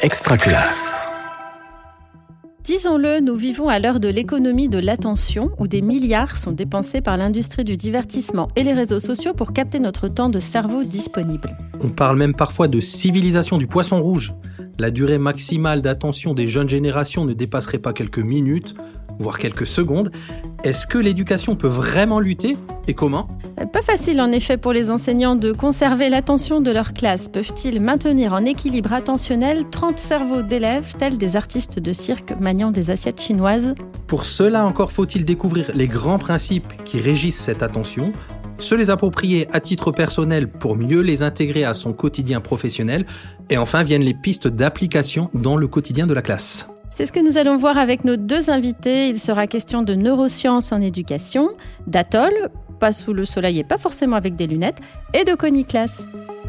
Extraclasse. Disons-le, nous vivons à l'heure de l'économie de l'attention où des milliards sont dépensés par l'industrie du divertissement et les réseaux sociaux pour capter notre temps de cerveau disponible. On parle même parfois de civilisation du poisson rouge. La durée maximale d'attention des jeunes générations ne dépasserait pas quelques minutes, voire quelques secondes. Est-ce que l'éducation peut vraiment lutter ? Et comment ? Pas facile en effet pour les enseignants de conserver l'attention de leur classe. Peuvent-ils maintenir en équilibre attentionnel 30 cerveaux d'élèves tels des artistes de cirque maniant des assiettes chinoises ? Pour cela, encore faut-il découvrir les grands principes qui régissent cette attention, se les approprier à titre personnel pour mieux les intégrer à son quotidien professionnel, et enfin viennent les pistes d'application dans le quotidien de la classe. C'est ce que nous allons voir avec nos deux invités. Il sera question de neurosciences en éducation, d'Atoll, pas sous le soleil et pas forcément avec des lunettes, et de Coniclass.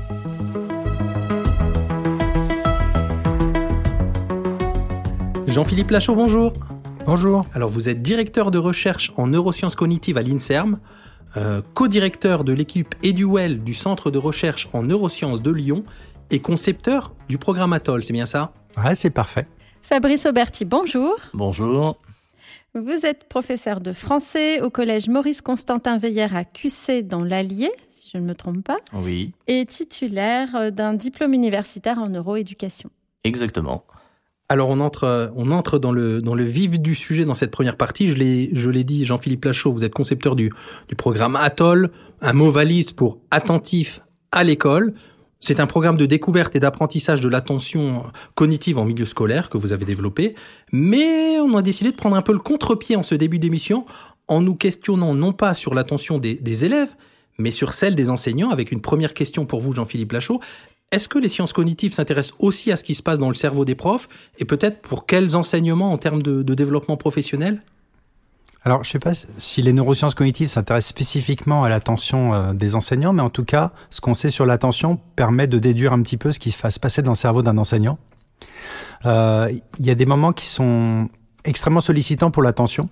Jean-Philippe Lachaud, bonjour. Bonjour. Alors vous êtes directeur de recherche en neurosciences cognitives à l'INSERM, co-directeur de l'équipe EduWell du Centre de recherche en neurosciences de Lyon et concepteur du programme Atoll, c'est bien ça ? Ouais, c'est parfait. Fabrice Auberti, bonjour. Bonjour. Vous êtes professeur de français au collège Maurice-Constantin-Veillère à Cussé dans l'Allier, si je ne me trompe pas. Oui. Et titulaire d'un diplôme universitaire en neuroéducation. Exactement. Alors on entre dans le vif du sujet dans cette première partie. Je l'ai dit, Jean-Philippe Lachaud, vous êtes concepteur du programme Atoll, un mot valise pour attentif à l'école. C'est un programme de découverte et d'apprentissage de l'attention cognitive en milieu scolaire que vous avez développé. Mais on a décidé de prendre un peu le contre-pied en ce début d'émission en nous questionnant non pas sur l'attention des élèves, mais sur celle des enseignants, avec une première question pour vous, Jean-Philippe Lachaud. Est-ce que les sciences cognitives s'intéressent aussi à ce qui se passe dans le cerveau des profs et peut-être pour quels enseignements en termes de développement professionnel ? Alors, je ne sais pas si les neurosciences cognitives s'intéressent spécifiquement à l'attention des enseignants, mais en tout cas, ce qu'on sait sur l'attention permet de déduire un petit peu ce qui va se passer dans le cerveau d'un enseignant. Il y a des moments qui sont extrêmement sollicitants pour l'attention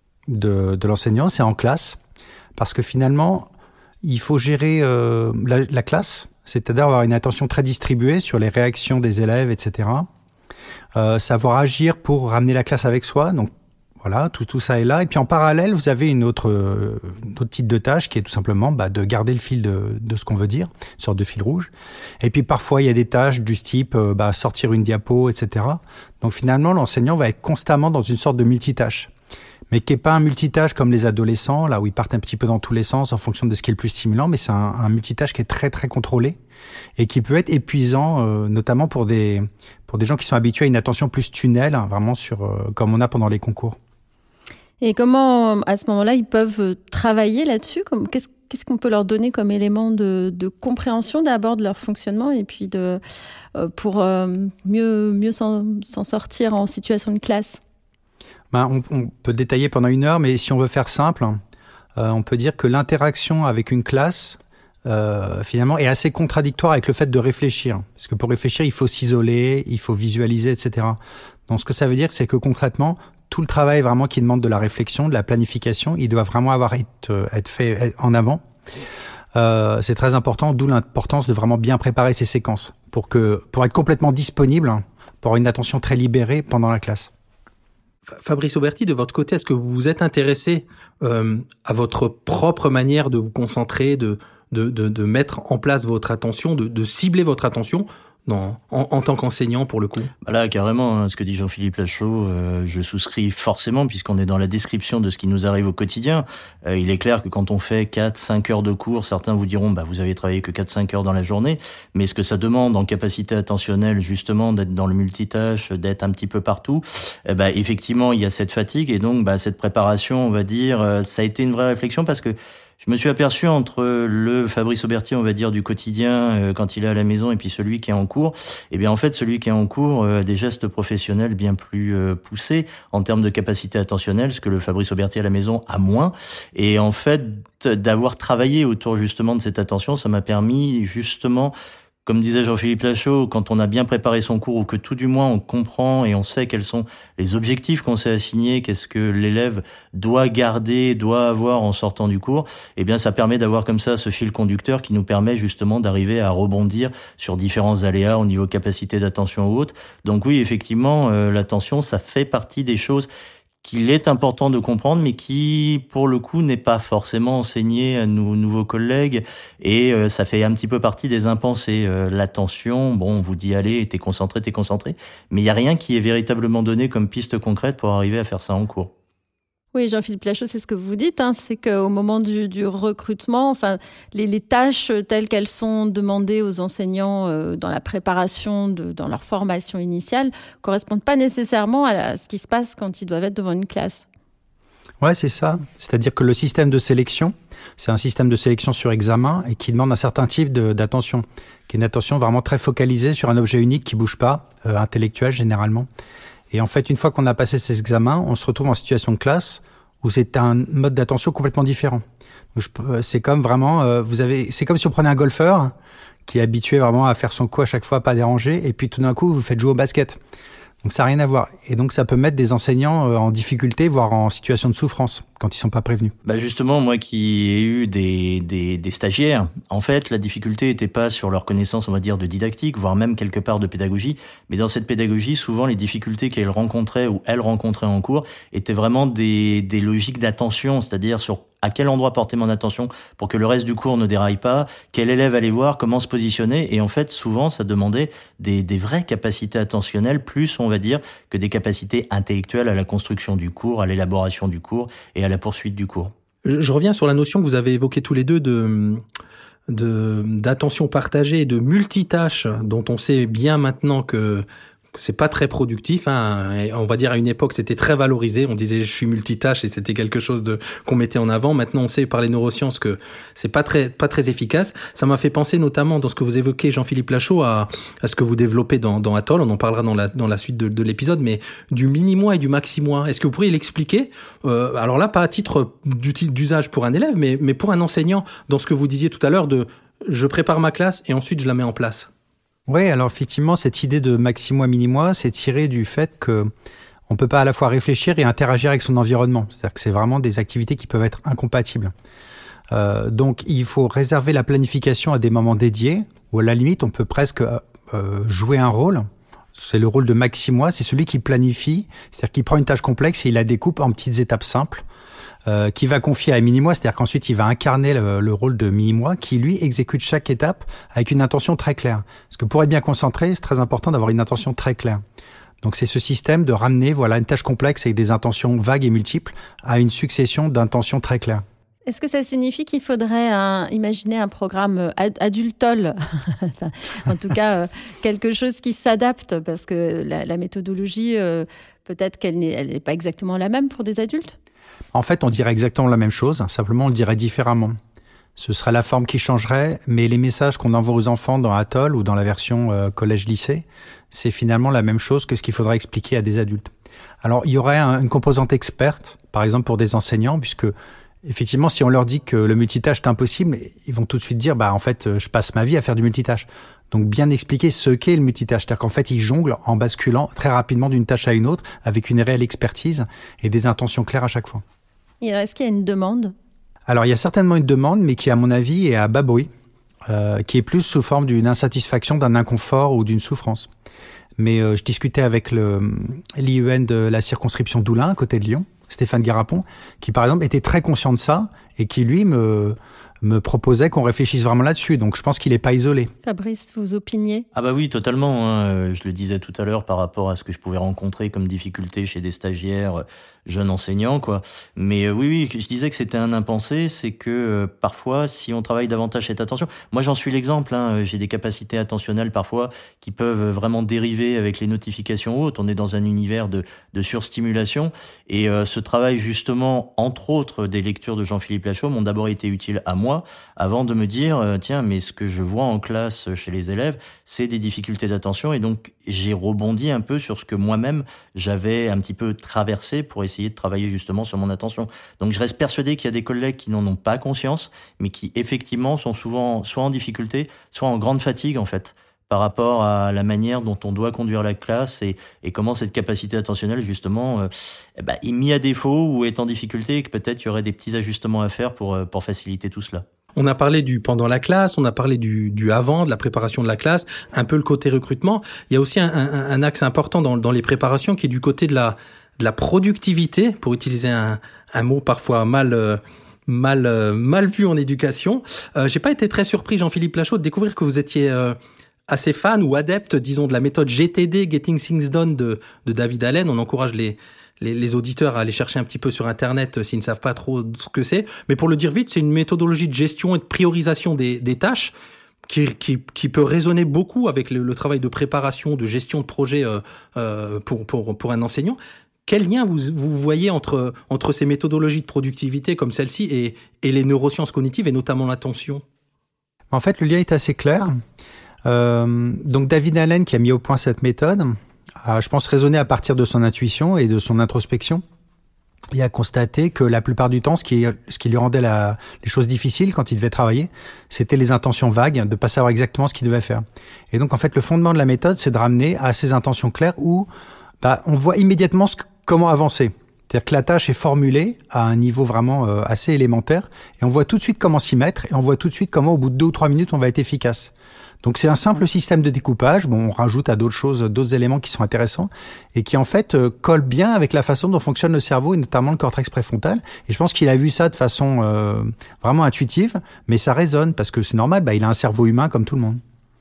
de l'enseignant, c'est en classe, parce que finalement, il faut gérer la classe, c'est-à-dire avoir une attention très distribuée sur les réactions des élèves, etc. Savoir agir pour ramener la classe avec soi, donc voilà, tout ça est là. Et puis en parallèle, vous avez une autre type de tâche qui est tout simplement de garder le fil de ce qu'on veut dire, une sorte de fil rouge. Et puis parfois, il y a des tâches du type sortir une diapo, etc. Donc finalement, l'enseignant va être constamment dans une sorte de multitâche. Mais qui n'est pas un multitâche comme les adolescents, là où ils partent un petit peu dans tous les sens en fonction de ce qui est le plus stimulant, mais c'est un multitâche qui est très très contrôlé et qui peut être épuisant, notamment pour des gens qui sont habitués à une attention plus tunnel, vraiment comme on a pendant les concours. Et comment, à ce moment-là, ils peuvent travailler là-dessus ? Qu'est-ce qu'on peut leur donner comme élément de compréhension d'abord de leur fonctionnement et puis pour mieux s'en sortir en situation de classe ? On peut détailler pendant 1 heure, mais si on veut faire simple, on peut dire que l'interaction avec une classe, finalement, est assez contradictoire avec le fait de réfléchir. Parce que pour réfléchir, il faut s'isoler, il faut visualiser, etc. Donc, ce que ça veut dire, c'est que concrètement, tout le travail vraiment qui demande de la réflexion, de la planification, il doit vraiment être fait en avant. C'est très important, d'où l'importance de vraiment bien préparer ces séquences pour être complètement disponible, pour avoir une attention très libérée pendant la classe. Fabrice Auberti, de votre côté, est-ce que vous vous êtes intéressé à votre propre manière de vous concentrer, de mettre en place votre attention, de cibler votre attention en tant qu'enseignant pour le coup ? Là, carrément, ce que dit Jean-Philippe Lachaud, je souscris forcément puisqu'on est dans la description de ce qui nous arrive au quotidien. Il est clair que quand on fait 4-5 heures de cours, certains vous diront vous avez travaillé que 4-5 heures dans la journée, mais ce que ça demande en capacité attentionnelle justement d'être dans le multitâche, d'être un petit peu partout, effectivement il y a cette fatigue et donc cette préparation, on va dire, ça a été une vraie réflexion parce que je me suis aperçu entre le Fabrice Auberti, on va dire, du quotidien quand il est à la maison et puis celui qui est en cours, en fait, celui qui est en cours a des gestes professionnels bien plus poussés en termes de capacité attentionnelle, ce que le Fabrice Auberti à la maison a moins. Et en fait, d'avoir travaillé autour justement de cette attention, ça m'a permis justement comme disait Jean-Philippe Lachaud, quand on a bien préparé son cours ou que tout du moins on comprend et on sait quels sont les objectifs qu'on s'est assignés, qu'est-ce que l'élève doit garder, doit avoir en sortant du cours, eh bien ça permet d'avoir comme ça ce fil conducteur qui nous permet justement d'arriver à rebondir sur différents aléas au niveau capacité d'attention ou autre. Donc oui, effectivement, l'attention, ça fait partie des choses qu'il est important de comprendre, mais qui, pour le coup, n'est pas forcément enseigné à nos nouveaux collègues, et ça fait un petit peu partie des impensés. L'attention, bon, on vous dit, allez, t'es concentré, mais il n'y a rien qui est véritablement donné comme piste concrète pour arriver à faire ça en cours. Oui, Jean-Philippe Lachaud, c'est ce que vous dites, c'est qu'au moment du recrutement, enfin, les tâches telles qu'elles sont demandées aux enseignants dans la préparation, dans leur formation initiale, correspondent pas nécessairement à ce qui se passe quand ils doivent être devant une classe. Ouais, c'est ça. C'est-à-dire que le système de sélection, c'est un système de sélection sur examen et qui demande un certain type d'attention, qui est une attention vraiment très focalisée sur un objet unique qui bouge pas, intellectuel généralement. Et en fait, une fois qu'on a passé ces examens, on se retrouve en situation de classe où c'est un mode d'attention complètement différent. C'est comme vraiment, c'est comme si on prenait un golfeur qui est habitué vraiment à faire son coup à chaque fois, pas déranger, et puis tout d'un coup, vous faites jouer au basket. Donc ça n'a rien à voir. Et donc ça peut mettre des enseignants en difficulté, voire en situation de souffrance, quand ils sont pas prévenus. Justement, moi qui ai eu des stagiaires, en fait, la difficulté était pas sur leur connaissance, on va dire, de didactique, voire même quelque part de pédagogie, mais dans cette pédagogie, souvent, les difficultés qu'elles rencontraient ou elles rencontraient en cours étaient vraiment des logiques d'attention, c'est-à-dire sur à quel endroit porter mon attention pour que le reste du cours ne déraille pas, quel élève aller voir, comment se positionner. Et en fait, souvent, ça demandait des vraies capacités attentionnelles, plus, on va dire, que des capacités intellectuelles à la construction du cours, à l'élaboration du cours et à la poursuite du cours. Je reviens sur la notion que vous avez évoquée tous les deux d'attention partagée et de multitâche, dont on sait bien maintenant que c'est pas très productif, Et on va dire à une époque c'était très valorisé, on disait je suis multitâche et c'était quelque chose qu'on mettait en avant. Maintenant on sait par les neurosciences que c'est pas très efficace. Ça m'a fait penser notamment dans ce que vous évoquez, Jean-Philippe Lachaud, à ce que vous développez dans Atoll, on en parlera dans la suite de l'épisode, mais du mini-moi et du maxi-moi. Est-ce que vous pourriez l'expliquer, alors là pas à titre d'usage pour un élève, mais pour un enseignant, dans ce que vous disiez tout à l'heure de je prépare ma classe et ensuite je la mets en place. Oui, alors effectivement, cette idée de maxi-moi, mini-moi, c'est tiré du fait que on peut pas à la fois réfléchir et interagir avec son environnement. C'est-à-dire que c'est vraiment des activités qui peuvent être incompatibles. Donc, il faut réserver la planification à des moments dédiés, où à la limite, on peut presque jouer un rôle. C'est le rôle de maxi-moi, c'est celui qui planifie, c'est-à-dire qui prend une tâche complexe et il la découpe en petites étapes simples. Qui va confier à mini-moi, c'est-à-dire qu'ensuite il va incarner le rôle de mini-moi qui lui exécute chaque étape avec une intention très claire. Parce que pour être bien concentré, c'est très important d'avoir une intention très claire. Donc c'est ce système de ramener une tâche complexe avec des intentions vagues et multiples à une succession d'intentions très claires. Est-ce que ça signifie qu'il faudrait imaginer un programme adultol enfin, en tout cas, quelque chose qui s'adapte, parce que la méthodologie, peut-être qu'elle n'est pas exactement la même pour des adultes ? En fait, on dirait exactement la même chose, simplement on le dirait différemment. Ce serait la forme qui changerait, mais les messages qu'on envoie aux enfants dans Atoll ou dans la version collège-lycée, c'est finalement la même chose que ce qu'il faudrait expliquer à des adultes. Alors, il y aurait une composante experte, par exemple pour des enseignants, puisque effectivement, si on leur dit que le multitâche est impossible, ils vont tout de suite dire, en fait, je passe ma vie à faire du multitâche. Donc, bien expliquer ce qu'est le multitâche. C'est-à-dire qu'en fait, ils jonglent en basculant très rapidement d'une tâche à une autre avec une réelle expertise et des intentions claires à chaque fois. Et alors, est-ce qu'il y a une demande ? Alors, il y a certainement une demande, mais qui, à mon avis, est à bas bruit, qui est plus sous forme d'une insatisfaction, d'un inconfort ou d'une souffrance. Mais je discutais avec l'IEN de la circonscription d'Oulin, à côté de Lyon, Stéphane Garapon, qui, par exemple, était très conscient de ça et qui, lui, me proposait qu'on réfléchisse vraiment là-dessus. Donc, je pense qu'il n'est pas isolé. Fabrice, vous opiniez ? Ah oui, totalement. Je le disais tout à l'heure par rapport à ce que je pouvais rencontrer comme difficulté chez des stagiaires, jeunes enseignants, quoi. Mais oui, je disais que c'était un impensé, c'est que parfois, si on travaille davantage cette attention, moi j'en suis l'exemple, j'ai des capacités attentionnelles parfois qui peuvent vraiment dériver avec les notifications hautes. On est dans un univers de surstimulation et ce travail justement, entre autres des lectures de Jean-Philippe Lachaud, m'ont d'abord été utiles à moi, moi avant de me dire tiens, mais ce que je vois en classe chez les élèves, c'est des difficultés d'attention, et donc j'ai rebondi un peu sur ce que moi-même j'avais un petit peu traversé pour essayer de travailler justement sur mon attention. Donc je reste persuadé qu'il y a des collègues qui n'en ont pas conscience, mais qui effectivement sont souvent soit en difficulté, soit en grande fatigue en fait, par rapport à la manière dont on doit conduire la classe et comment cette capacité attentionnelle justement est mise à défaut ou est en difficulté, et que peut-être il y aurait des petits ajustements à faire pour faciliter tout cela. On a parlé du pendant la classe, on a parlé du avant, de la préparation de la classe, un peu le côté recrutement. Il y a aussi un axe important dans les préparations qui est du côté de la productivité, pour utiliser un mot parfois mal vu en éducation. J'ai pas été très surpris, Jean-Philippe Lachaud, de découvrir que vous étiez assez fan ou adepte, disons, de la méthode GTD, Getting Things Done de David Allen. On encourage les auditeurs à aller chercher un petit peu sur Internet s'ils ne savent pas trop ce que c'est. Mais pour le dire vite, c'est une méthodologie de gestion et de priorisation des tâches qui peut résonner beaucoup avec le travail de préparation, de gestion de projet pour un enseignant. Quel lien vous voyez entre ces méthodologies de productivité comme celle-ci et les neurosciences cognitives, et notamment l'attention ? En fait, le lien est assez clair. Donc David Allen, qui a mis au point cette méthode, a, je pense, raisonné à partir de son intuition et de son introspection, et a constaté que la plupart du temps, ce qui lui rendait les choses difficiles quand il devait travailler, c'était les intentions vagues, de pas savoir exactement ce qu'il devait faire. Et donc en fait, le fondement de la méthode, c'est de ramener à ces intentions claires où on voit immédiatement comment avancer. C'est-à-dire que la tâche est formulée à un niveau vraiment assez élémentaire, et on voit tout de suite comment s'y mettre, et on voit tout de suite comment, au bout de 2 ou 3 minutes, on va être efficace. Donc c'est un simple système de découpage. Bon, on rajoute à d'autres choses, d'autres éléments qui sont intéressants et qui en fait collent bien avec la façon dont fonctionne le cerveau, et notamment le cortex préfrontal. Et je pense qu'il a vu ça de façon vraiment intuitive, mais ça résonne parce que c'est normal. Il a un cerveau humain comme tout le monde.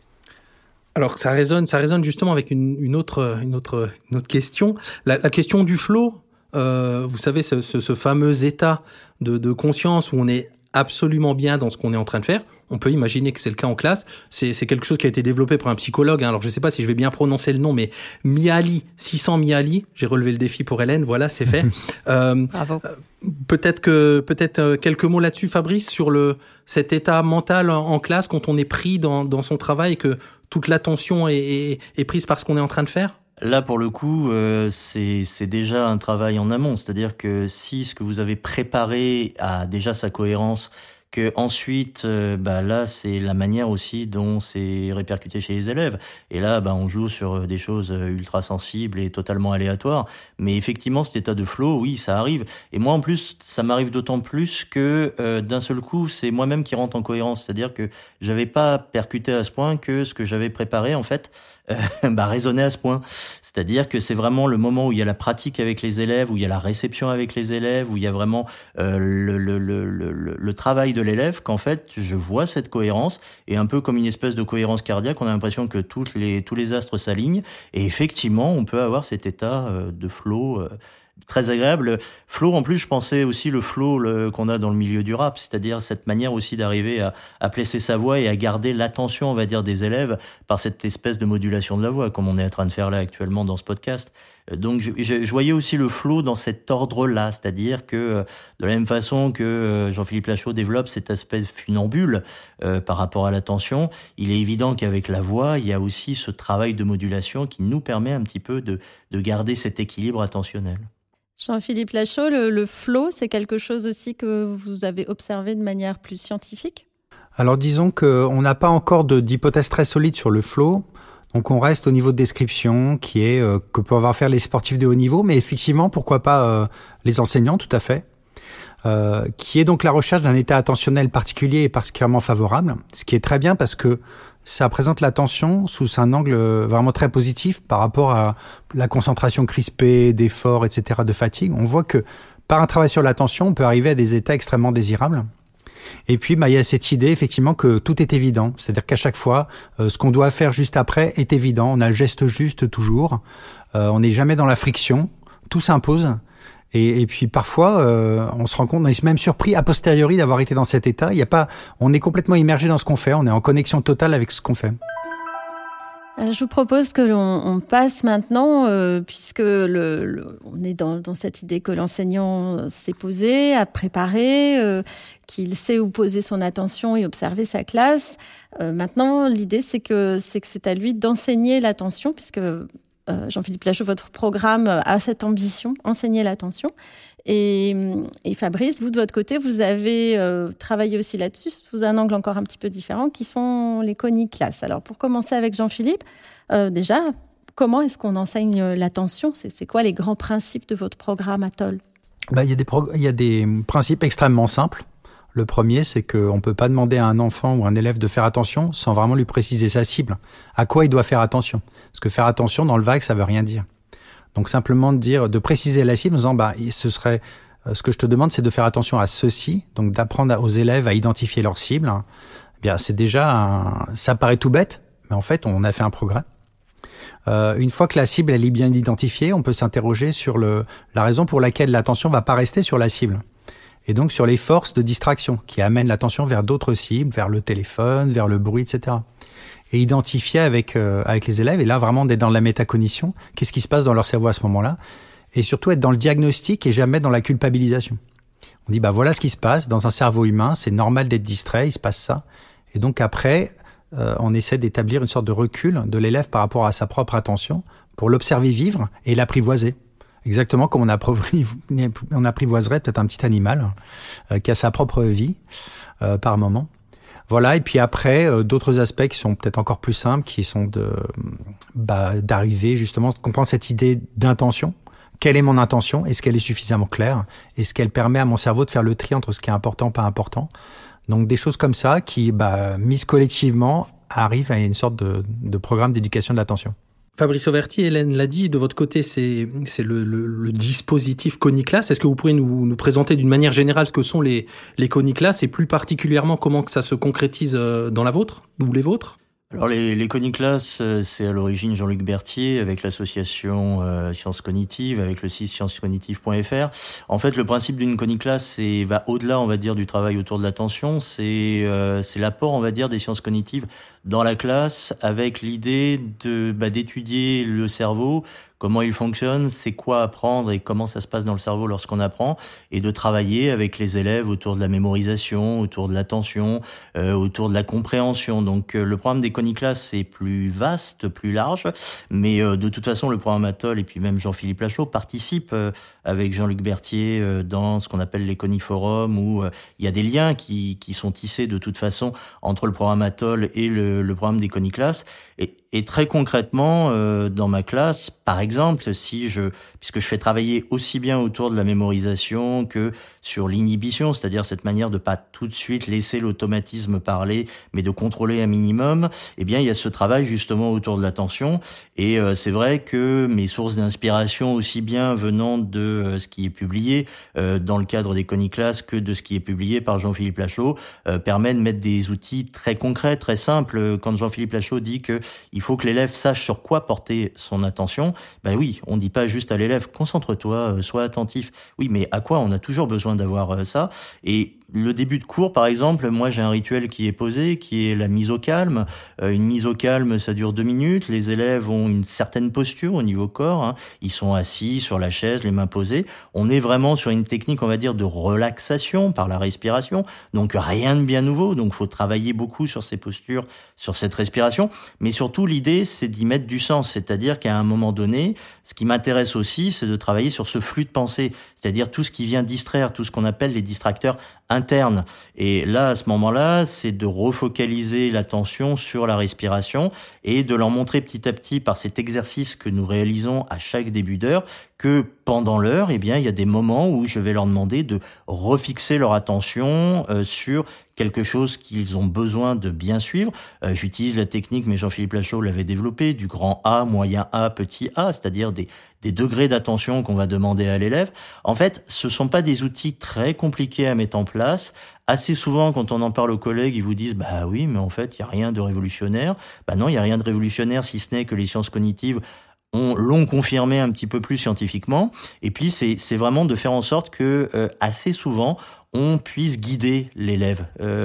Alors ça résonne justement avec une autre question. La question du flow. Vous savez, ce fameux état de conscience où on est absolument bien dans ce qu'on est en train de faire. On peut imaginer que c'est le cas en classe. C'est quelque chose qui a été développé par un psychologue. Alors, je sais pas si je vais bien prononcer le nom, mais Mihaly, Csikszentmihalyi. J'ai relevé le défi pour Hélène. Voilà, c'est fait. Bravo. Peut-être quelques mots là-dessus, Fabrice, sur cet état mental en classe quand on est pris dans son travail et que toute l'attention est prise par ce qu'on est en train de faire. Là, pour le coup, c'est déjà un travail en amont. C'est-à-dire que si ce que vous avez préparé a déjà sa cohérence, que ensuite, là, c'est la manière aussi dont c'est répercuté chez les élèves. Et là, on joue sur des choses ultra sensibles et totalement aléatoires. Mais effectivement, cet état de flow, oui, ça arrive. Et moi, en plus, ça m'arrive d'autant plus que d'un seul coup, c'est moi-même qui rentre en cohérence. C'est-à-dire que j'avais pas percuté à ce point que ce que j'avais préparé, en fait, résonnait à ce point. C'est-à-dire que c'est vraiment le moment où il y a la pratique avec les élèves, où il y a la réception avec les élèves, où il y a vraiment le travail de l'élève, qu'en fait, je vois cette cohérence, et un peu comme une espèce de cohérence cardiaque, on a l'impression que tous les astres s'alignent, et effectivement, on peut avoir cet état de flow très agréable. Flow, en plus, je pensais aussi le flow qu'on a dans le milieu du rap, c'est-à-dire cette manière aussi d'arriver à placer sa voix et à garder l'attention, on va dire, des élèves par cette espèce de modulation de la voix, comme on est en train de faire là actuellement dans ce podcast. Donc, je voyais aussi le flow dans cet ordre-là, c'est-à-dire que de la même façon que Jean-Philippe Lachaud développe cet aspect funambule par rapport à l'attention, il est évident qu'avec la voix, il y a aussi ce travail de modulation qui nous permet un petit peu de garder cet équilibre attentionnel. Jean-Philippe Lachaud, le flow, c'est quelque chose aussi que vous avez observé de manière plus scientifique ? Alors disons qu'on n'a pas encore d'hypothèse très solide sur le flow, donc on reste au niveau de description qui est que peuvent faire les sportifs de haut niveau, mais effectivement, pourquoi pas les enseignants, tout à fait, qui est donc la recherche d'un état attentionnel particulier et particulièrement favorable, ce qui est très bien parce que ça présente l'attention sous un angle vraiment très positif par rapport à la concentration crispée, d'effort, etc., de fatigue. On voit que par un travail sur l'attention, on peut arriver à des états extrêmement désirables. Et puis, il y a cette idée, effectivement, que tout est évident. C'est-à-dire qu'à chaque fois, ce qu'on doit faire juste après est évident. On a le geste juste toujours. On n'est jamais dans la friction. Tout s'impose. Et puis parfois, on se rend compte, on est même surpris a posteriori d'avoir été dans cet état. On est complètement immergé dans ce qu'on fait, on est en connexion totale avec ce qu'on fait. Alors, je vous propose que l'on passe maintenant, puisque on est dans cette idée que l'enseignant s'est posé, a préparé, qu'il sait où poser son attention et observer sa classe. Maintenant, l'idée, c'est que c'est à lui d'enseigner l'attention, puisque Jean-Philippe Lachaud, votre programme a cette ambition, enseigner l'attention. Et Fabrice, vous de votre côté, vous avez travaillé aussi là-dessus sous un angle encore un petit peu différent, qui sont les coniclasses. Alors pour commencer avec Jean-Philippe, déjà, comment est-ce qu'on enseigne l'attention ? C'est quoi les grands principes de votre programme Atoll ? Il y a des principes extrêmement simples. Le premier, c'est qu'on ne peut pas demander à un enfant ou un élève de faire attention sans vraiment lui préciser sa cible. À quoi il doit faire attention ? Parce que faire attention, dans le vague, ça veut rien dire. Donc simplement de préciser la cible en disant ce que je te demande, c'est de faire attention à ceci, donc d'apprendre aux élèves à identifier leur cible. Eh bien, c'est déjà ça paraît tout bête, mais en fait, on a fait un progrès. Une fois que la cible elle est bien identifiée, on peut s'interroger sur la raison pour laquelle l'attention va pas rester sur la cible. Et donc sur les forces de distraction qui amènent l'attention vers d'autres cibles, vers le téléphone, vers le bruit, etc. Et identifier avec les élèves, et là vraiment d'être dans la métacognition, qu'est-ce qui se passe dans leur cerveau à ce moment-là, et surtout être dans le diagnostic et jamais dans la culpabilisation. On dit voilà ce qui se passe dans un cerveau humain, c'est normal d'être distrait, il se passe ça. Et donc après, on essaie d'établir une sorte de recul de l'élève par rapport à sa propre attention pour l'observer vivre et l'apprivoiser. Exactement comme on apprivoiserait peut-être un petit animal qui a sa propre vie par moment. Voilà, et puis après, d'autres aspects qui sont peut-être encore plus simples, qui sont d'arriver justement, de comprendre cette idée d'intention. Quelle est mon intention ? Est-ce qu'elle est suffisamment claire ? Est-ce qu'elle permet à mon cerveau de faire le tri entre ce qui est important et pas important ? Donc des choses comme ça qui, mises collectivement, arrivent à une sorte de programme d'éducation de l'attention. Fabrice Auverti, Hélène l'a dit, de votre côté, c'est le dispositif coniclasse. Est-ce que vous pourriez nous présenter d'une manière générale ce que sont les coniclasses et plus particulièrement comment que ça se concrétise dans la vôtre ou les vôtres ? Alors les coniclasses, c'est à l'origine Jean-Luc Berthier avec l'association Sciences Cognitives, avec le site sciencescognitives.fr. En fait, le principe d'une coniclasse, va au-delà, on va dire, du travail autour de l'attention. C'est l'apport, on va dire, des sciences cognitives dans la classe avec l'idée d'étudier le cerveau, comment il fonctionne, c'est quoi apprendre et comment ça se passe dans le cerveau lorsqu'on apprend, et de travailler avec les élèves autour de la mémorisation, autour de l'attention, autour de la compréhension. Donc le programme des coniclasses, c'est plus vaste, plus large, mais de toute façon, le programme Atoll et puis même Jean-Philippe Lachaud participent avec Jean-Luc Berthier dans ce qu'on appelle les coniforums, où il y a des liens qui sont tissés de toute façon entre le programme Atoll et le programme des coniclasses. Et très concrètement, dans ma classe, par exemple, puisque je fais travailler aussi bien autour de la mémorisation que sur l'inhibition, c'est-à-dire cette manière de pas tout de suite laisser l'automatisme parler, mais de contrôler un minimum, eh bien, il y a ce travail justement autour de l'attention. Et c'est vrai que mes sources d'inspiration, aussi bien venant de ce qui est publié dans le cadre des coniclasses que de ce qui est publié par Jean-Philippe Lachaud, permet de mettre des outils très concrets, très simples. Quand Jean-Philippe Lachaud dit que il faut que l'élève sache sur quoi porter son attention, oui, on dit pas juste à l'élève, concentre-toi, sois attentif. Oui, mais à quoi ? On a toujours besoin d'avoir ça. Et le début de cours, par exemple, moi j'ai un rituel qui est posé, qui est la mise au calme. Une mise au calme, ça dure 2 minutes. Les élèves ont une certaine posture au niveau corps. Ils sont assis sur la chaise, les mains posées. On est vraiment sur une technique, on va dire, de relaxation par la respiration. Donc rien de bien nouveau. Donc faut travailler beaucoup sur ces postures, sur cette respiration. Mais surtout, l'idée, c'est d'y mettre du sens. C'est-à-dire qu'à un moment donné, ce qui m'intéresse aussi, c'est de travailler sur ce flux de pensée. C'est-à-dire tout ce qui vient distraire, tout ce qu'on appelle les distracteurs interne. Et là, à ce moment-là, c'est de refocaliser l'attention sur la respiration et de leur montrer petit à petit par cet exercice que nous réalisons à chaque début d'heure que pendant l'heure, il y a des moments où je vais leur demander de refixer leur attention sur quelque chose qu'ils ont besoin de bien suivre. J'utilise la technique, mais Jean-Philippe Lachaud l'avait développée, du grand A, moyen A, petit a, c'est-à-dire des degrés d'attention qu'on va demander à l'élève. En fait, ce sont pas des outils très compliqués à mettre en place. Assez souvent, quand on en parle aux collègues, ils vous disent « oui, mais en fait, il y a rien de révolutionnaire ». Non, il y a rien de révolutionnaire si ce n'est que les sciences cognitives l'ont confirmé un petit peu plus scientifiquement. Et puis, c'est vraiment de faire en sorte que assez souvent, on puisse guider l'élève.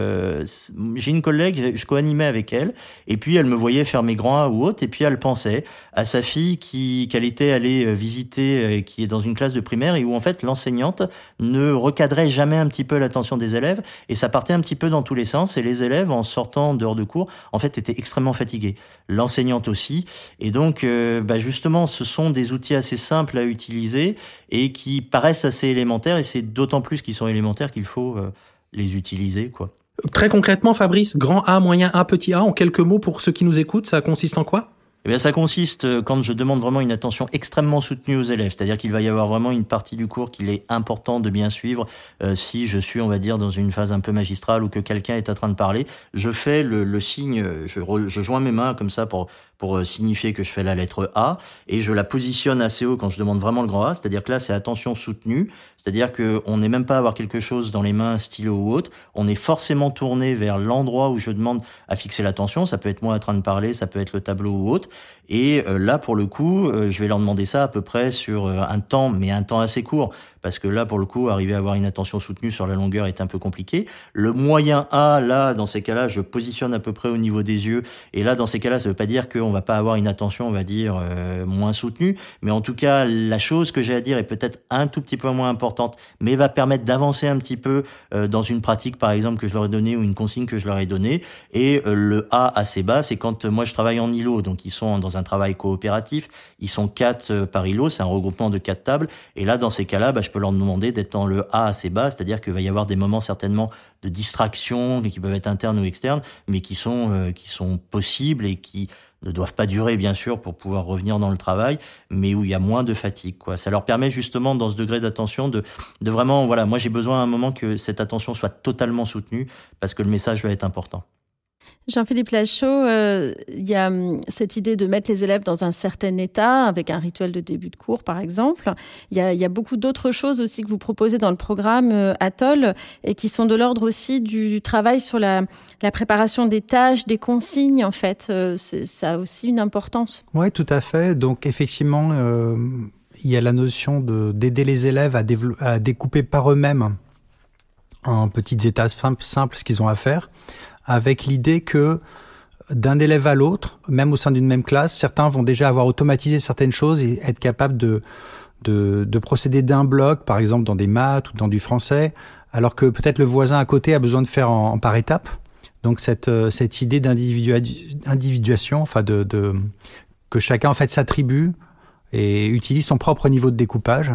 J'ai une collègue, je co-animais avec elle, et puis elle me voyait faire mes grands A ou autres, et puis elle pensait à sa fille qu'elle était allée visiter, qui est dans une classe de primaire, et où en fait l'enseignante ne recadrait jamais un petit peu l'attention des élèves, et ça partait un petit peu dans tous les sens, et les élèves, en sortant dehors de cours, en fait étaient extrêmement fatigués. L'enseignante aussi, et donc justement, ce sont des outils assez simples à utiliser, et qui paraissent assez élémentaires, et c'est d'autant plus qu'ils sont élémentaires qu'il faut les utiliser, quoi. Très concrètement, Fabrice, grand A, moyen A, petit A, en quelques mots pour ceux qui nous écoutent, ça consiste en quoi ? Eh bien, ça consiste, quand je demande vraiment une attention extrêmement soutenue aux élèves, c'est-à-dire qu'il va y avoir vraiment une partie du cours qu'il est important de bien suivre, si je suis, on va dire, dans une phase un peu magistrale ou que quelqu'un est en train de parler, je fais le signe, je joins mes mains comme ça pour signifier que je fais la lettre A, et je la positionne assez haut quand je demande vraiment le grand A, c'est-à-dire que là, c'est attention soutenue, c'est-à-dire que on n'est même pas à avoir quelque chose dans les mains, stylo ou autre, on est forcément tourné vers l'endroit où je demande à fixer l'attention, ça peut être moi en train de parler, ça peut être le tableau ou autre, et là, pour le coup, je vais leur demander ça à peu près sur un temps, mais un temps assez court, parce que là, pour le coup, arriver à avoir une attention soutenue sur la longueur est un peu compliqué. Le moyen A, là, dans ces cas-là, je positionne à peu près au niveau des yeux, et là, dans ces cas-là, ça veut pas dire qu'on va pas avoir une attention, on va dire, moins soutenue, mais en tout cas, la chose que j'ai à dire est peut-être un tout petit peu moins importante, mais va permettre d'avancer un petit peu dans une pratique, par exemple, que je leur ai donnée, ou une consigne que je leur ai donnée, et le A assez bas, c'est quand moi je travaille en îlot, donc ils sont dans un travail coopératif, ils sont 4 par îlot, c'est un regroupement de 4 tables, et là, dans ces cas-là, je peux leur demander d'être dans le A assez bas, c'est-à-dire qu'il va y avoir des moments certainement de distraction, qui peuvent être internes ou externes, mais qui sont possibles et qui ne doivent pas durer, bien sûr, pour pouvoir revenir dans le travail, mais où il y a moins de fatigue, quoi. Ça leur permet justement, dans ce degré d'attention, de vraiment, voilà, moi j'ai besoin à un moment que cette attention soit totalement soutenue, parce que le message va être important. Jean-Philippe Lachaud, il y a cette idée de mettre les élèves dans un certain état, avec un rituel de début de cours, par exemple. Il y a beaucoup d'autres choses aussi que vous proposez dans le programme Atoll, et qui sont de l'ordre aussi du travail sur la préparation des tâches, des consignes, en fait. Ça a aussi une importance. Oui, tout à fait. Donc, effectivement, il y a la notion d'aider les élèves à découper par eux-mêmes en petites étapes simples ce qu'ils ont à faire, avec l'idée que d'un élève à l'autre, même au sein d'une même classe, certains vont déjà avoir automatisé certaines choses et être capables de procéder d'un bloc, par exemple dans des maths ou dans du français, alors que peut-être le voisin à côté a besoin de faire en par étapes. Donc cette idée d'individuation, enfin que chacun en fait s'attribue et utilise son propre niveau de découpage.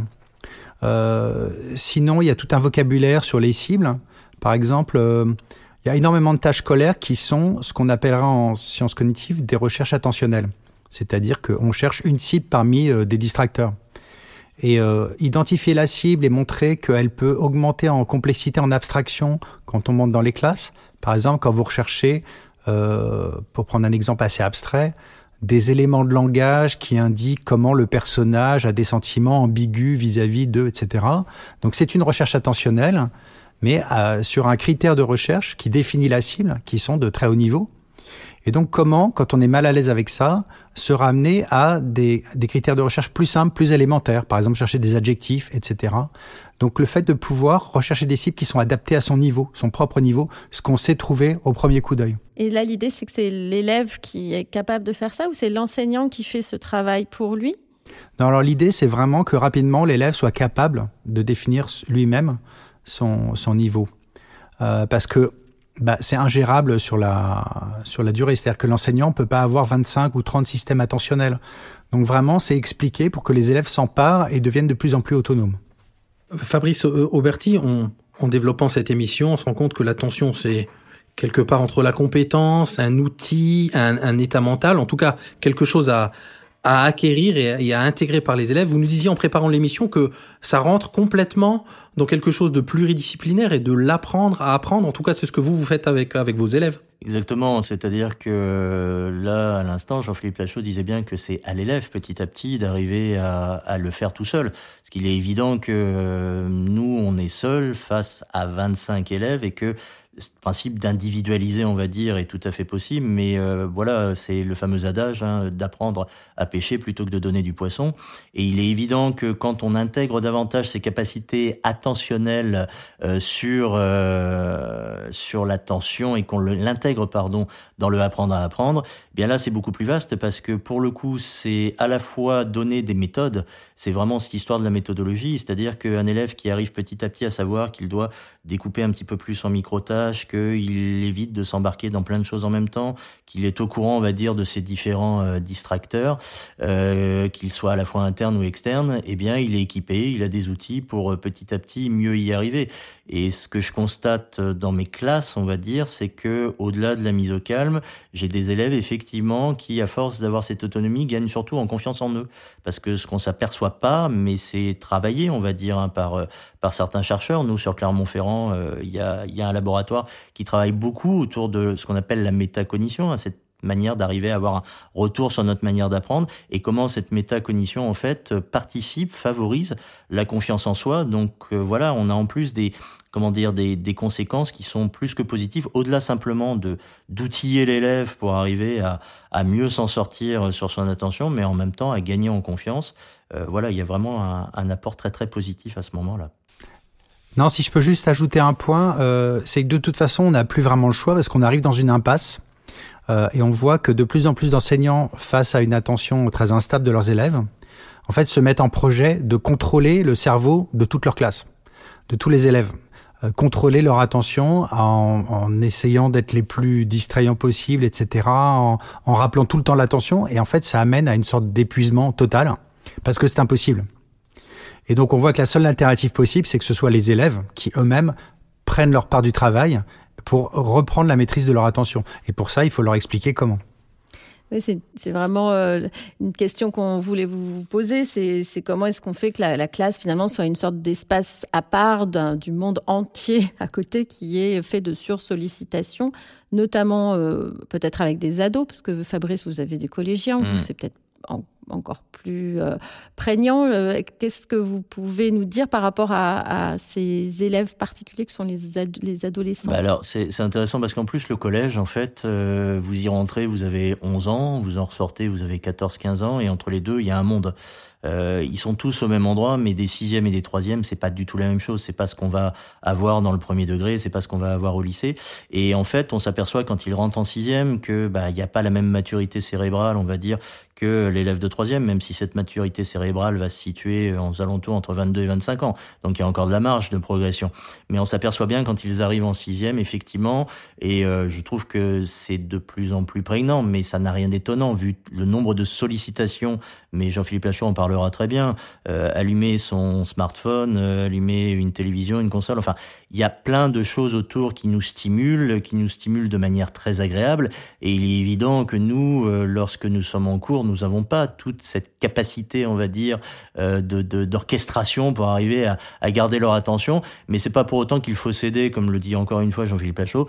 Sinon, il y a tout un vocabulaire sur les cibles. Par exemple, il y a énormément de tâches scolaires qui sont ce qu'on appellera en sciences cognitives des recherches attentionnelles. C'est-à-dire qu'on cherche une cible parmi des distracteurs. Et identifier la cible et montrer qu'elle peut augmenter en complexité, en abstraction quand on monte dans les classes. Par exemple, quand vous recherchez, pour prendre un exemple assez abstrait, des éléments de langage qui indiquent comment le personnage a des sentiments ambigus vis-à-vis d'eux, etc. Donc c'est une recherche attentionnelle, mais sur un critère de recherche qui définit la cible, qui sont de très haut niveau. Et donc comment, quand on est mal à l'aise avec ça, se ramener à des critères de recherche plus simples, plus élémentaires, par exemple chercher des adjectifs, etc. Donc le fait de pouvoir rechercher des cibles qui sont adaptées à son niveau, son propre niveau, ce qu'on sait trouver au premier coup d'œil. Et là, l'idée, c'est que c'est l'élève qui est capable de faire ça, ou c'est l'enseignant qui fait ce travail pour lui ? Non, alors l'idée, c'est vraiment que rapidement, l'élève soit capable de définir lui-même son niveau. Parce que c'est ingérable sur la durée. C'est-à-dire que l'enseignant ne peut pas avoir 25 ou 30 systèmes attentionnels. Donc vraiment, c'est expliqué pour que les élèves s'emparent et deviennent de plus en plus autonomes. Fabrice Auberti, en développant cette émission, on se rend compte que l'attention, c'est quelque part entre la compétence, un outil, un état mental, en tout cas quelque chose à acquérir et à intégrer par les élèves. Vous nous disiez en préparant l'émission que ça rentre complètement dans quelque chose de pluridisciplinaire et de l'apprendre à apprendre. En tout cas, c'est ce que vous faites avec vos élèves. Exactement, c'est-à-dire que là, à l'instant, Jean-Philippe Lachaud disait bien que c'est à l'élève, petit à petit, d'arriver à le faire tout seul. Parce qu'il est évident que nous, on est seuls face à 25 élèves et que ce principe d'individualiser, on va dire, est tout à fait possible, mais voilà, c'est le fameux adage d'apprendre à pêcher plutôt que de donner du poisson. Et il est évident que quand on intègre davantage ses capacités attentionnelles sur l'attention et qu'on l'intègre dans le apprendre à apprendre, bien là c'est beaucoup plus vaste parce que pour le coup c'est à la fois donner des méthodes, c'est vraiment cette histoire de la méthodologie, c'est-à-dire qu'un élève qui arrive petit à petit à savoir qu'il doit découper un petit peu plus en micro-tâches, qu'il évite de s'embarquer dans plein de choses en même temps, qu'il est au courant, on va dire, de ces différents distracteurs, qu'ils soient à la fois internes ou externes, eh bien, il est équipé, il a des outils pour petit à petit mieux y arriver. Et ce que je constate dans mes classes, on va dire, c'est que au-delà de la mise au calme, j'ai des élèves effectivement qui, à force d'avoir cette autonomie, gagnent surtout en confiance en eux. Parce que ce qu'on s'aperçoit pas, mais c'est travaillé, on va dire, par certains chercheurs. Nous, sur Clermont-Ferrand, il y a un laboratoire qui travaille beaucoup autour de ce qu'on appelle la métacognition, cette manière d'arriver à avoir un retour sur notre manière d'apprendre et comment cette métacognition en fait participe, favorise la confiance en soi. Donc voilà, on a en plus des conséquences qui sont plus que positives, au-delà simplement d'outiller l'élève pour arriver à mieux s'en sortir sur son attention, mais en même temps à gagner en confiance. Voilà, il y a vraiment un apport très très positif à ce moment-là. Non, si je peux juste ajouter un point, c'est que de toute façon, on n'a plus vraiment le choix parce qu'on arrive dans une impasse et on voit que de plus en plus d'enseignants, face à une attention très instable de leurs élèves, en fait, se mettent en projet de contrôler le cerveau de toute leur classe, de tous les élèves. Contrôler leur attention en essayant d'être les plus distrayants possibles, etc., en rappelant tout le temps l'attention. Et en fait, ça amène à une sorte d'épuisement total parce que c'est impossible. Et donc, on voit que la seule alternative possible, c'est que ce soit les élèves qui eux-mêmes prennent leur part du travail pour reprendre la maîtrise de leur attention. Et pour ça, il faut leur expliquer comment. Oui, c'est vraiment une question qu'on voulait vous poser. C'est comment est-ce qu'on fait que la classe, finalement, soit une sorte d'espace à part du monde entier à côté qui est fait de sursollicitation, notamment peut-être avec des ados, parce que Fabrice, vous avez des collégiens, vous, c'est peut-être encore plus prégnant. Qu'est-ce que vous pouvez nous dire par rapport à ces élèves particuliers que sont les adolescents ? Alors, c'est intéressant parce qu'en plus, le collège, en fait, vous y rentrez, vous avez 11 ans, vous en ressortez, vous avez 14-15 ans, et entre les deux, il y a un monde. Ils sont tous au même endroit, mais des 6e et des 3e, c'est pas du tout la même chose. C'est pas ce qu'on va avoir dans le premier degré, c'est pas ce qu'on va avoir au lycée. Et en fait, on s'aperçoit quand ils rentrent en 6e que il y a pas la même maturité cérébrale, on va dire, que l'élève de 3e, même si cette maturité cérébrale va se situer aux alentours entre 22 et 25 ans. Donc il y a encore de la marge de progression. Mais on s'aperçoit bien quand ils arrivent en 6e, effectivement, et je trouve que c'est de plus en plus prégnant, mais ça n'a rien d'étonnant vu le nombre de sollicitations. Mais Jean-Philippe Lachaud en parlera très bien. Allumer son smartphone, allumer une télévision, une console, enfin, il y a plein de choses autour qui nous stimulent de manière très agréable. Et il est évident que nous, lorsque nous sommes en cours, nous n'avons pas toute cette capacité, on va dire, d'orchestration pour arriver à garder leur attention. Mais c'est pas pour autant qu'il faut céder, comme le dit encore une fois Jean-Philippe Lachaud,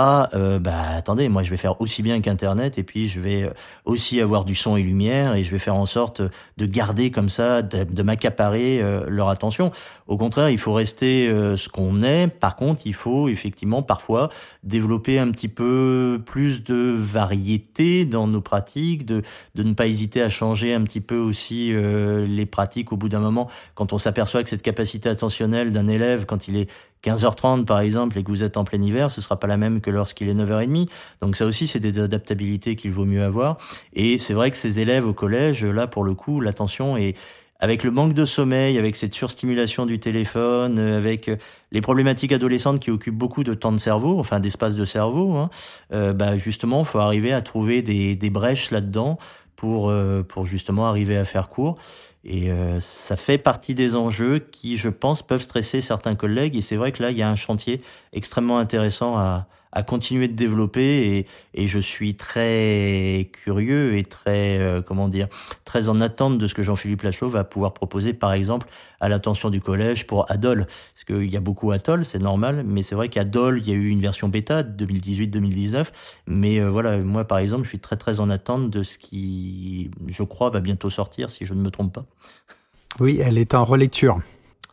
attendez, moi je vais faire aussi bien qu'Internet et puis je vais aussi avoir du son et lumière et je vais faire en sorte de garder comme ça, de m'accaparer leur attention. Au contraire, il faut rester ce qu'on est. Par contre, il faut effectivement parfois développer un petit peu plus de variété dans nos pratiques, de ne pas hésiter à changer un petit peu aussi les pratiques au bout d'un moment. Quand on s'aperçoit que cette capacité attentionnelle d'un élève, quand il est 15h30 par exemple et que vous êtes en plein hiver, ce sera pas la même que lorsqu'il est 9h30. Donc ça aussi, c'est des adaptabilités qu'il vaut mieux avoir. Et c'est vrai que ces élèves au collège, là pour le coup, l'attention est... Avec le manque de sommeil, avec cette surstimulation du téléphone, avec les problématiques adolescentes qui occupent beaucoup de temps de cerveau, enfin d'espace de cerveau, justement, il faut arriver à trouver des brèches là-dedans pour justement arriver à faire court. Et ça fait partie des enjeux qui, je pense, peuvent stresser certains collègues. Et c'est vrai que là, il y a un chantier extrêmement intéressant à continuer de développer et je suis très curieux et très très en attente de ce que Jean-Philippe Lachaud va pouvoir proposer par exemple à l'attention du collège pour Adol, parce qu'il y a beaucoup Atoll, c'est normal, mais c'est vrai qu'Adol, il y a eu une version bêta 2018-2019, mais moi par exemple, je suis très très en attente de ce qui, je crois, va bientôt sortir si je ne me trompe pas. Oui, elle est en relecture.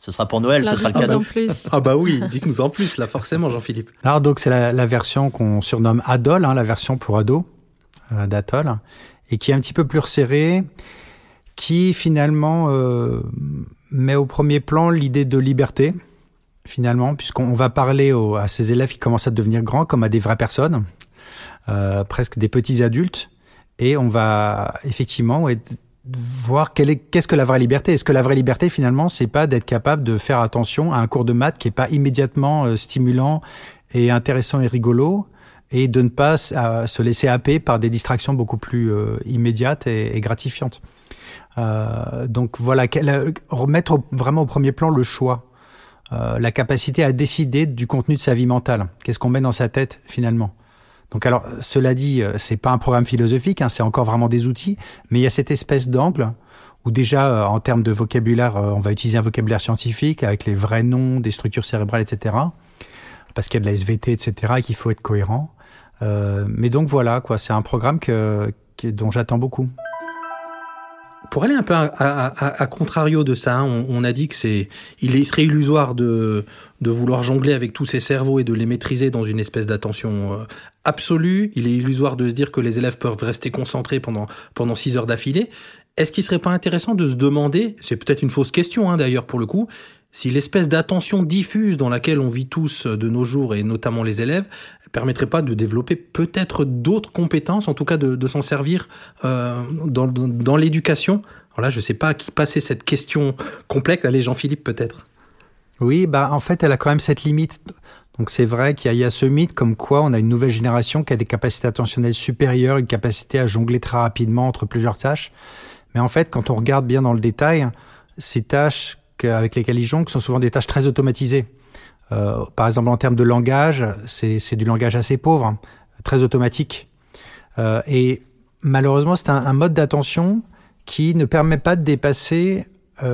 Ce sera pour Noël, ce sera le cadeau. En plus. Ah bah oui, dites-nous en plus, là, forcément, Jean-Philippe. Alors donc c'est la version qu'on surnomme Adol, la version pour ados d'Atoll, et qui est un petit peu plus resserrée, qui finalement met au premier plan l'idée de liberté, finalement, puisqu'on va parler à ces élèves qui commencent à devenir grands comme à des vraies personnes, presque des petits adultes, et on va effectivement voir qu'est-ce que la vraie liberté. Est-ce que la vraie liberté, finalement, c'est pas d'être capable de faire attention à un cours de maths qui est pas immédiatement stimulant et intéressant et rigolo, et de ne pas se laisser happer par des distractions beaucoup plus immédiates et gratifiantes. Donc voilà, remettre vraiment au premier plan le choix, la capacité à décider du contenu de sa vie mentale. Qu'est-ce qu'on met dans sa tête, finalement? Donc alors, cela dit, c'est pas un programme philosophique, c'est encore vraiment des outils, mais il y a cette espèce d'angle où déjà, en termes de vocabulaire, on va utiliser un vocabulaire scientifique avec les vrais noms des structures cérébrales, etc., parce qu'il y a de la SVT, etc., et qu'il faut être cohérent. Mais donc voilà, quoi, c'est un programme dont j'attends beaucoup. Pour aller un peu à contrario de ça, on a dit que il serait illusoire de vouloir jongler avec tous ces cerveaux et de les maîtriser dans une espèce d'attention absolue. Il est illusoire de se dire que les élèves peuvent rester concentrés pendant 6 heures d'affilée. Est-ce qu'il serait pas intéressant de se demander, c'est peut-être une fausse question d'ailleurs pour le coup, si l'espèce d'attention diffuse dans laquelle on vit tous de nos jours, et notamment les élèves, permettrait pas de développer peut-être d'autres compétences, en tout cas de s'en servir dans l'éducation. Alors là, je sais pas à qui passer cette question complexe. Allez, Jean-Philippe, peut-être. Oui, en fait, elle a quand même cette limite. Donc c'est vrai qu'il y a ce mythe comme quoi on a une nouvelle génération qui a des capacités attentionnelles supérieures, une capacité à jongler très rapidement entre plusieurs tâches. Mais en fait, quand on regarde bien dans le détail, ces tâches avec lesquelles ils jonglent sont souvent des tâches très automatisées. Par exemple, en termes de langage, c'est du langage assez pauvre, très automatique. Et malheureusement, c'est un mode d'attention qui ne permet pas de dépasser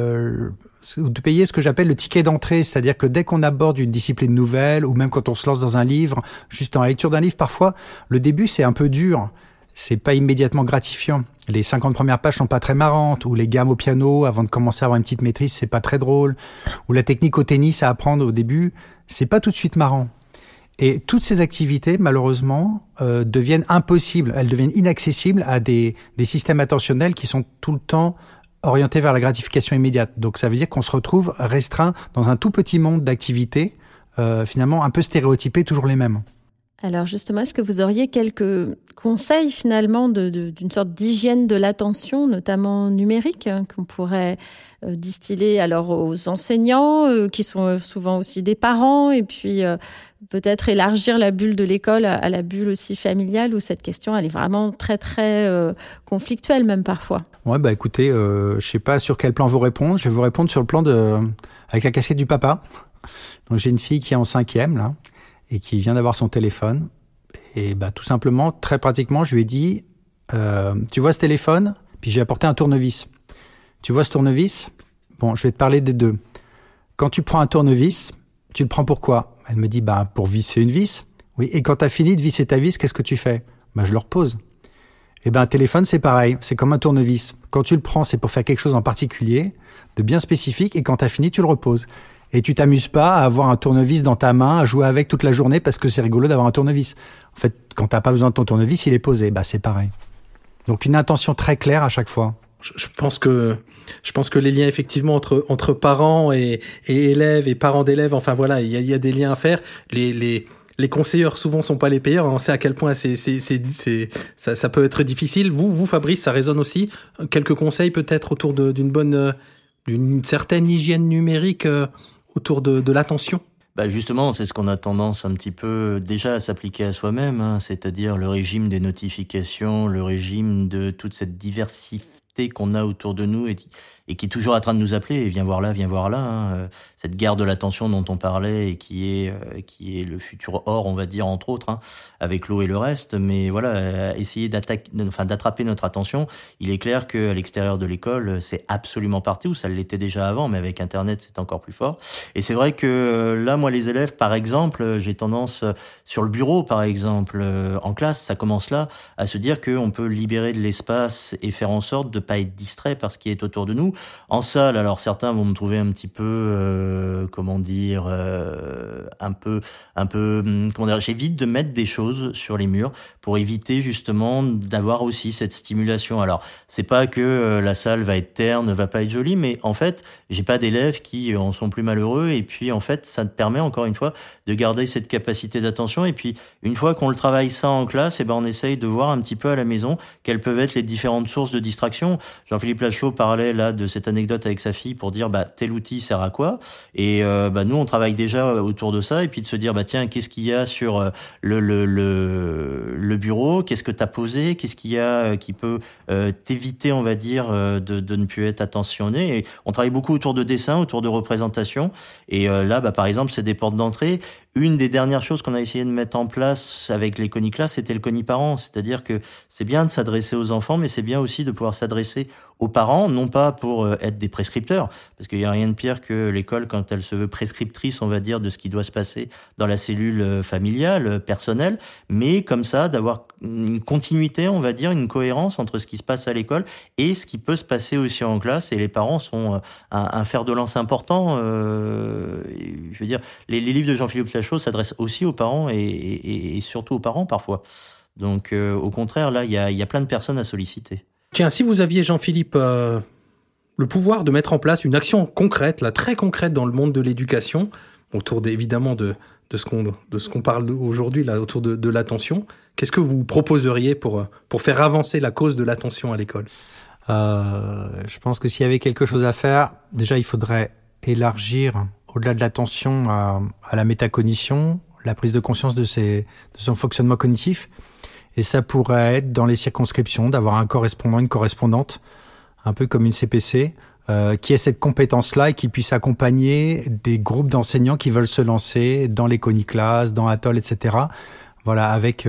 ou de payer ce que j'appelle le ticket d'entrée. C'est-à-dire que dès qu'on aborde une discipline nouvelle, ou même quand on se lance dans un livre, juste dans la lecture d'un livre, parfois, le début, c'est un peu dur. C'est pas immédiatement gratifiant. Les 50 premières pages sont pas très marrantes, ou les gammes au piano, avant de commencer à avoir une petite maîtrise, c'est pas très drôle, ou la technique au tennis à apprendre au début, c'est pas tout de suite marrant. Et toutes ces activités, malheureusement, deviennent impossibles, elles deviennent inaccessibles à des systèmes attentionnels qui sont tout le temps orientés vers la gratification immédiate. Donc ça veut dire qu'on se retrouve restreint dans un tout petit monde d'activités, finalement un peu stéréotypées, toujours les mêmes. Alors justement, est-ce que vous auriez quelques conseils finalement d'une sorte d'hygiène de l'attention, notamment numérique, qu'on pourrait distiller alors aux enseignants, qui sont souvent aussi des parents, et puis peut-être élargir la bulle de l'école à la bulle aussi familiale, où cette question elle est vraiment très très conflictuelle même parfois. Ouais, écoutez, je sais pas sur quel plan vous répondre. Je vais vous répondre sur le plan avec la casquette du papa. Donc j'ai une fille qui est en 5e là, et qui vient d'avoir son téléphone. Et tout simplement, très pratiquement, je lui ai dit, tu vois ce téléphone? Puis j'ai apporté un tournevis. Tu vois ce tournevis? Bon, je vais te parler des deux. Quand tu prends un tournevis, tu le prends pourquoi? Elle me dit, pour visser une vis. Oui, et quand tu as fini de visser ta vis, qu'est-ce que tu fais? Je le repose. Et un téléphone, c'est pareil, c'est comme un tournevis. Quand tu le prends, c'est pour faire quelque chose en particulier, de bien spécifique, et quand tu as fini, tu le reposes. Et tu t'amuses pas à avoir un tournevis dans ta main, à jouer avec toute la journée parce que c'est rigolo d'avoir un tournevis. En fait, quand t'as pas besoin de ton tournevis, il est posé. C'est pareil. Donc une intention très claire à chaque fois. Je pense que les liens effectivement entre parents et élèves et parents d'élèves, enfin voilà, il y a des liens à faire. Les conseilleurs souvent sont pas les payeurs. On sait à quel point ça peut être difficile. Vous Fabrice, ça résonne aussi. Quelques conseils peut-être autour d'une certaine hygiène numérique autour de l'attention? Justement, c'est ce qu'on a tendance un petit peu déjà à s'appliquer à soi-même, c'est-à-dire le régime des notifications, le régime de toute cette diversité qu'on a autour de nous et qui est toujours en train de nous appeler, et viens voir là, cette guerre de l'attention dont on parlait et qui est le futur or, on va dire, entre autres, avec l'eau et le reste. Mais voilà, essayer d'attraper notre attention. Il est clair qu'à l'extérieur de l'école, c'est absolument partout, ça l'était déjà avant, mais avec Internet, c'est encore plus fort. Et c'est vrai que là, moi, les élèves, par exemple, j'ai tendance, sur le bureau, par exemple, en classe, ça commence là, à se dire qu'on peut libérer de l'espace et faire en sorte de pas être distrait par ce qui est autour de nous. En salle, alors certains vont me trouver un petit peu, j'évite de mettre des choses sur les murs pour éviter justement d'avoir aussi cette stimulation. Alors, c'est pas que la salle va être terne, va pas être jolie, mais en fait, j'ai pas d'élèves qui en sont plus malheureux, et puis en fait, ça te permet encore une fois de garder cette capacité d'attention, et puis une fois qu'on le travaille ça en classe, on essaye de voir un petit peu à la maison quelles peuvent être les différentes sources de distraction. Jean-Philippe Lachaud parlait là de cette anecdote avec sa fille pour dire tel outil sert à quoi, et nous on travaille déjà autour de ça, et puis de se dire tiens, qu'est-ce qu'il y a sur le bureau, qu'est-ce que t'as posé, qu'est-ce qu'il y a qui peut t'éviter, on va dire, de ne plus être attentionné. Et on travaille beaucoup autour de dessin, autour de représentation, et là par exemple c'est des portes d'entrée. Une des dernières choses qu'on a essayé de mettre en place avec les Coniclass, c'était le Coniparent, c'est-à-dire que c'est bien de s'adresser aux enfants, mais c'est bien aussi de pouvoir s'adresser aux parents, non pas pour être des prescripteurs, parce qu'il y a rien de pire que l'école quand elle se veut prescriptrice, on va dire, de ce qui doit se passer dans la cellule familiale, personnelle, mais comme ça, d'avoir une continuité, on va dire, une cohérence entre ce qui se passe à l'école et ce qui peut se passer aussi en classe, et les parents sont un fer de lance important. Je veux dire, les livres de Jean-Philippe Lachaud s'adressent aussi aux parents et surtout aux parents parfois. Donc au contraire, là, il y a plein de personnes à solliciter. Tiens, si vous aviez, Jean-Philippe, le pouvoir de mettre en place une action concrète, là, très concrète dans le monde de l'éducation, autour évidemment de ce qu'on parle aujourd'hui, là, autour de l'attention, qu'est-ce que vous proposeriez pour faire avancer la cause de l'attention à l'école ? Je pense que s'il y avait quelque chose à faire, déjà il faudrait élargir au-delà de l'attention à la métacognition, la prise de conscience de son fonctionnement cognitif. Et ça pourrait être dans les circonscriptions d'avoir un correspondant, une correspondante, un peu comme une CPC, qui ait cette compétence-là et qui puisse accompagner des groupes d'enseignants qui veulent se lancer dans les Coniclass, dans Atoll, etc. Voilà, avec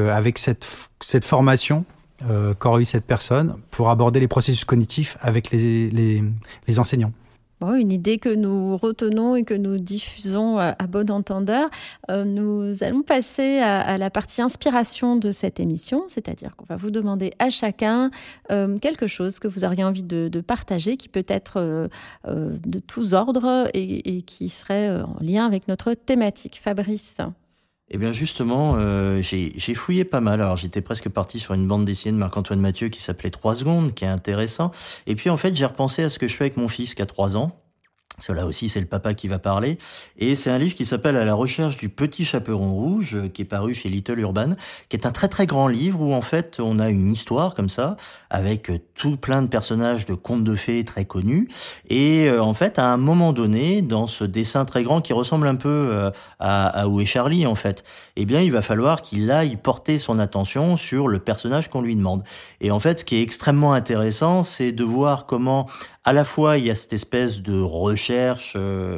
cette formation qu'aurait eu cette personne pour aborder les processus cognitifs avec les enseignants. Bon, une idée que nous retenons et que nous diffusons à bon entendeur. Nous allons passer à la partie inspiration de cette émission, c'est-à-dire qu'on va vous demander à chacun quelque chose que vous auriez envie de partager, qui peut être de tous ordres et qui serait en lien avec notre thématique. Fabrice ? Eh bien justement, j'ai fouillé pas mal. Alors j'étais presque parti sur une bande dessinée de Marc-Antoine Mathieu qui s'appelait 3 secondes, qui est intéressant. Et puis en fait, j'ai repensé à ce que je fais avec mon fils qui a 3 ans. Parce que là aussi, c'est le papa qui va parler. Et c'est un livre qui s'appelle « À la recherche du petit chaperon rouge », qui est paru chez Little Urban, qui est un très très grand livre où en fait, on a une histoire comme ça, avec tout plein de personnages de contes de fées très connus. Et en fait, à un moment donné, dans ce dessin très grand qui ressemble un peu à Où est Charlie en fait, eh bien, il va falloir qu'il aille porter son attention sur le personnage qu'on lui demande. Et en fait, ce qui est extrêmement intéressant, c'est de voir comment à la fois il y a cette espèce de recherche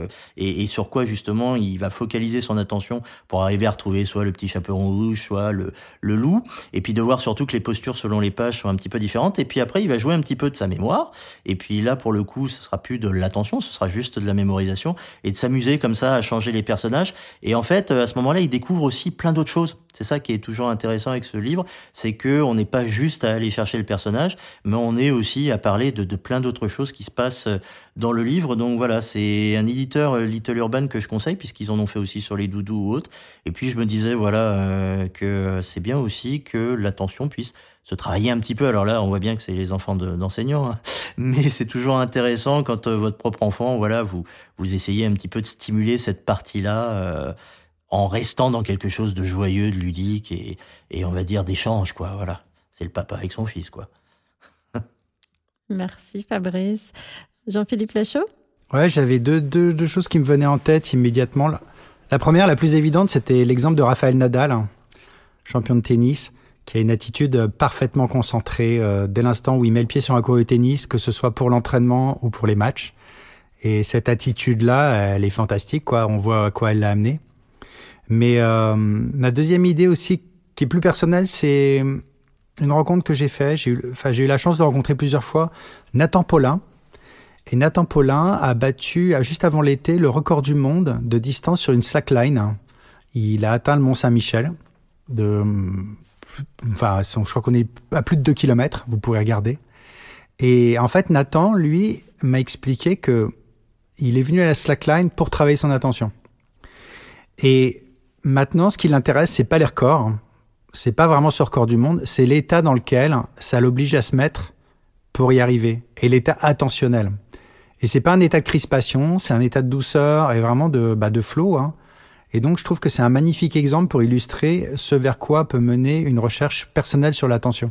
et sur quoi justement il va focaliser son attention pour arriver à retrouver soit le petit chaperon rouge, soit le loup, et puis de voir surtout que les postures selon les pages sont un petit peu différentes, et puis après il va jouer un petit peu de sa mémoire, et puis là pour le coup ce sera plus de l'attention, ce sera juste de la mémorisation, et de s'amuser comme ça à changer les personnages. Et en fait à ce moment-là il découvre aussi plein d'autres choses. C'est ça qui est toujours intéressant avec ce livre, c'est que on n'est pas juste à aller chercher le personnage, mais on est aussi à parler de plein d'autres choses qui se passent dans le livre. Donc voilà, c'est un éditeur Little Urban que je conseille, puisqu'ils en ont fait aussi sur les doudous ou autres. Et puis je me disais voilà que c'est bien aussi que l'attention puisse se travailler un petit peu. Alors là, on voit bien que c'est les enfants d'enseignants, hein. Mais c'est toujours intéressant quand votre propre enfant, voilà, vous essayez un petit peu de stimuler cette partie-là. En restant dans quelque chose de joyeux, de ludique et on va dire d'échange, quoi. Voilà, c'est le papa avec son fils, quoi. Merci Fabrice. Jean-Philippe Lachaud ? Ouais, j'avais deux choses qui me venaient en tête immédiatement. La première, la plus évidente, c'était l'exemple de Rafael Nadal, champion de tennis, qui a une attitude parfaitement concentrée dès l'instant où il met le pied sur un court de tennis, que ce soit pour l'entraînement ou pour les matchs. Et cette attitude-là, elle est fantastique, quoi. On voit à quoi elle l'a amené. Mais ma deuxième idée aussi, qui est plus personnelle, c'est une rencontre que j'ai faite. J'ai eu la chance de rencontrer plusieurs fois Nathan Paulin. Et Nathan Paulin a battu, juste avant l'été, le record du monde de distance sur une slackline. Il a atteint le Mont Saint-Michel. Je crois qu'on est à plus de 2 kilomètres, vous pourrez regarder. Et en fait, Nathan, lui, m'a expliqué que il est venu à la slackline pour travailler son attention. Et maintenant, ce qui l'intéresse, c'est pas les records, c'est pas vraiment ce record du monde, c'est l'état dans lequel ça l'oblige à se mettre pour y arriver, et l'état attentionnel. Et c'est pas un état de crispation, c'est un état de douceur et vraiment de flow. Et donc, je trouve que c'est un magnifique exemple pour illustrer ce vers quoi peut mener une recherche personnelle sur l'attention.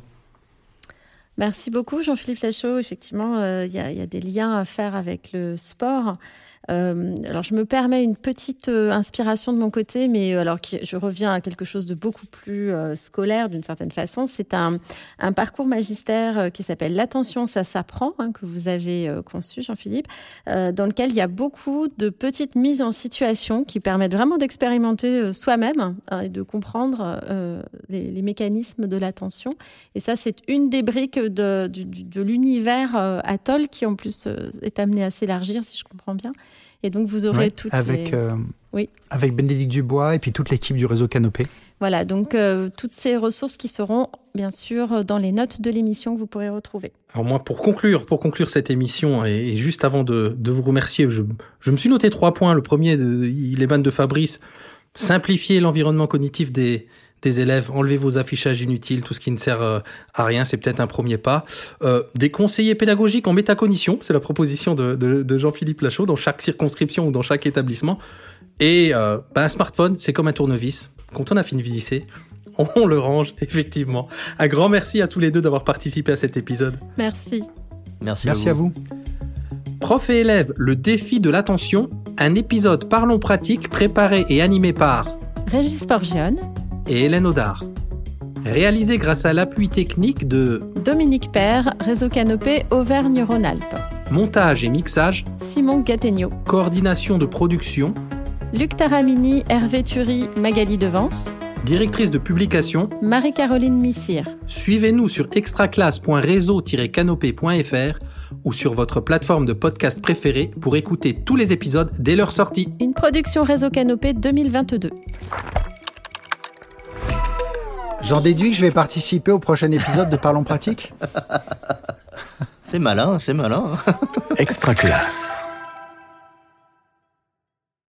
Merci beaucoup, Jean-Philippe Lachaud. Effectivement, y a des liens à faire avec le sport. Alors, je me permets une petite inspiration de mon côté, mais je reviens à quelque chose de beaucoup plus scolaire d'une certaine façon. C'est un parcours magistère qui s'appelle L'attention, ça s'apprend, que vous avez conçu, Jean-Philippe, dans lequel il y a beaucoup de petites mises en situation qui permettent vraiment d'expérimenter soi-même et de comprendre les mécanismes de l'attention. Et ça, c'est une des briques de l'univers Atoll qui, en plus, est amené à s'élargir, si je comprends bien. Et donc, vous aurez avec Bénédicte Dubois et puis toute l'équipe du réseau Canopé. Voilà, donc toutes ces ressources qui seront, bien sûr, dans les notes de l'émission que vous pourrez retrouver. Alors moi, pour conclure cette émission, et juste avant de vous remercier, je me suis noté 3 points. Le premier, il émane de Fabrice, simplifier l'environnement cognitif des élèves, enlevez vos affichages inutiles, tout ce qui ne sert à rien, c'est peut-être un premier pas. Des conseillers pédagogiques en métacognition, c'est la proposition de Jean-Philippe Lachaud dans chaque circonscription ou dans chaque établissement. Et un smartphone, c'est comme un tournevis. Quand on a fini de visser, on le range, effectivement. Un grand merci à tous les deux d'avoir participé à cet épisode. Merci. Merci à vous. Prof et élèves, le défi de l'attention, un épisode Parlons pratique préparé et animé par Régis Forgione et Hélène Audard. Réalisé grâce à l'appui technique de Dominique Père, Réseau Canopé Auvergne-Rhône-Alpes. Montage et mixage Simon Gattegno. Coordination de production Luc Taramini, Hervé Thury, Magali Devance. Directrice de publication Marie-Caroline Missire. Suivez-nous sur extraclasse.réseau-canopé.fr ou sur votre plateforme de podcast préférée pour écouter tous les épisodes dès leur sortie. Une production Réseau Canopé 2022. J'en déduis que je vais participer au prochain épisode de Parlons pratique. C'est malin. Extraclasse.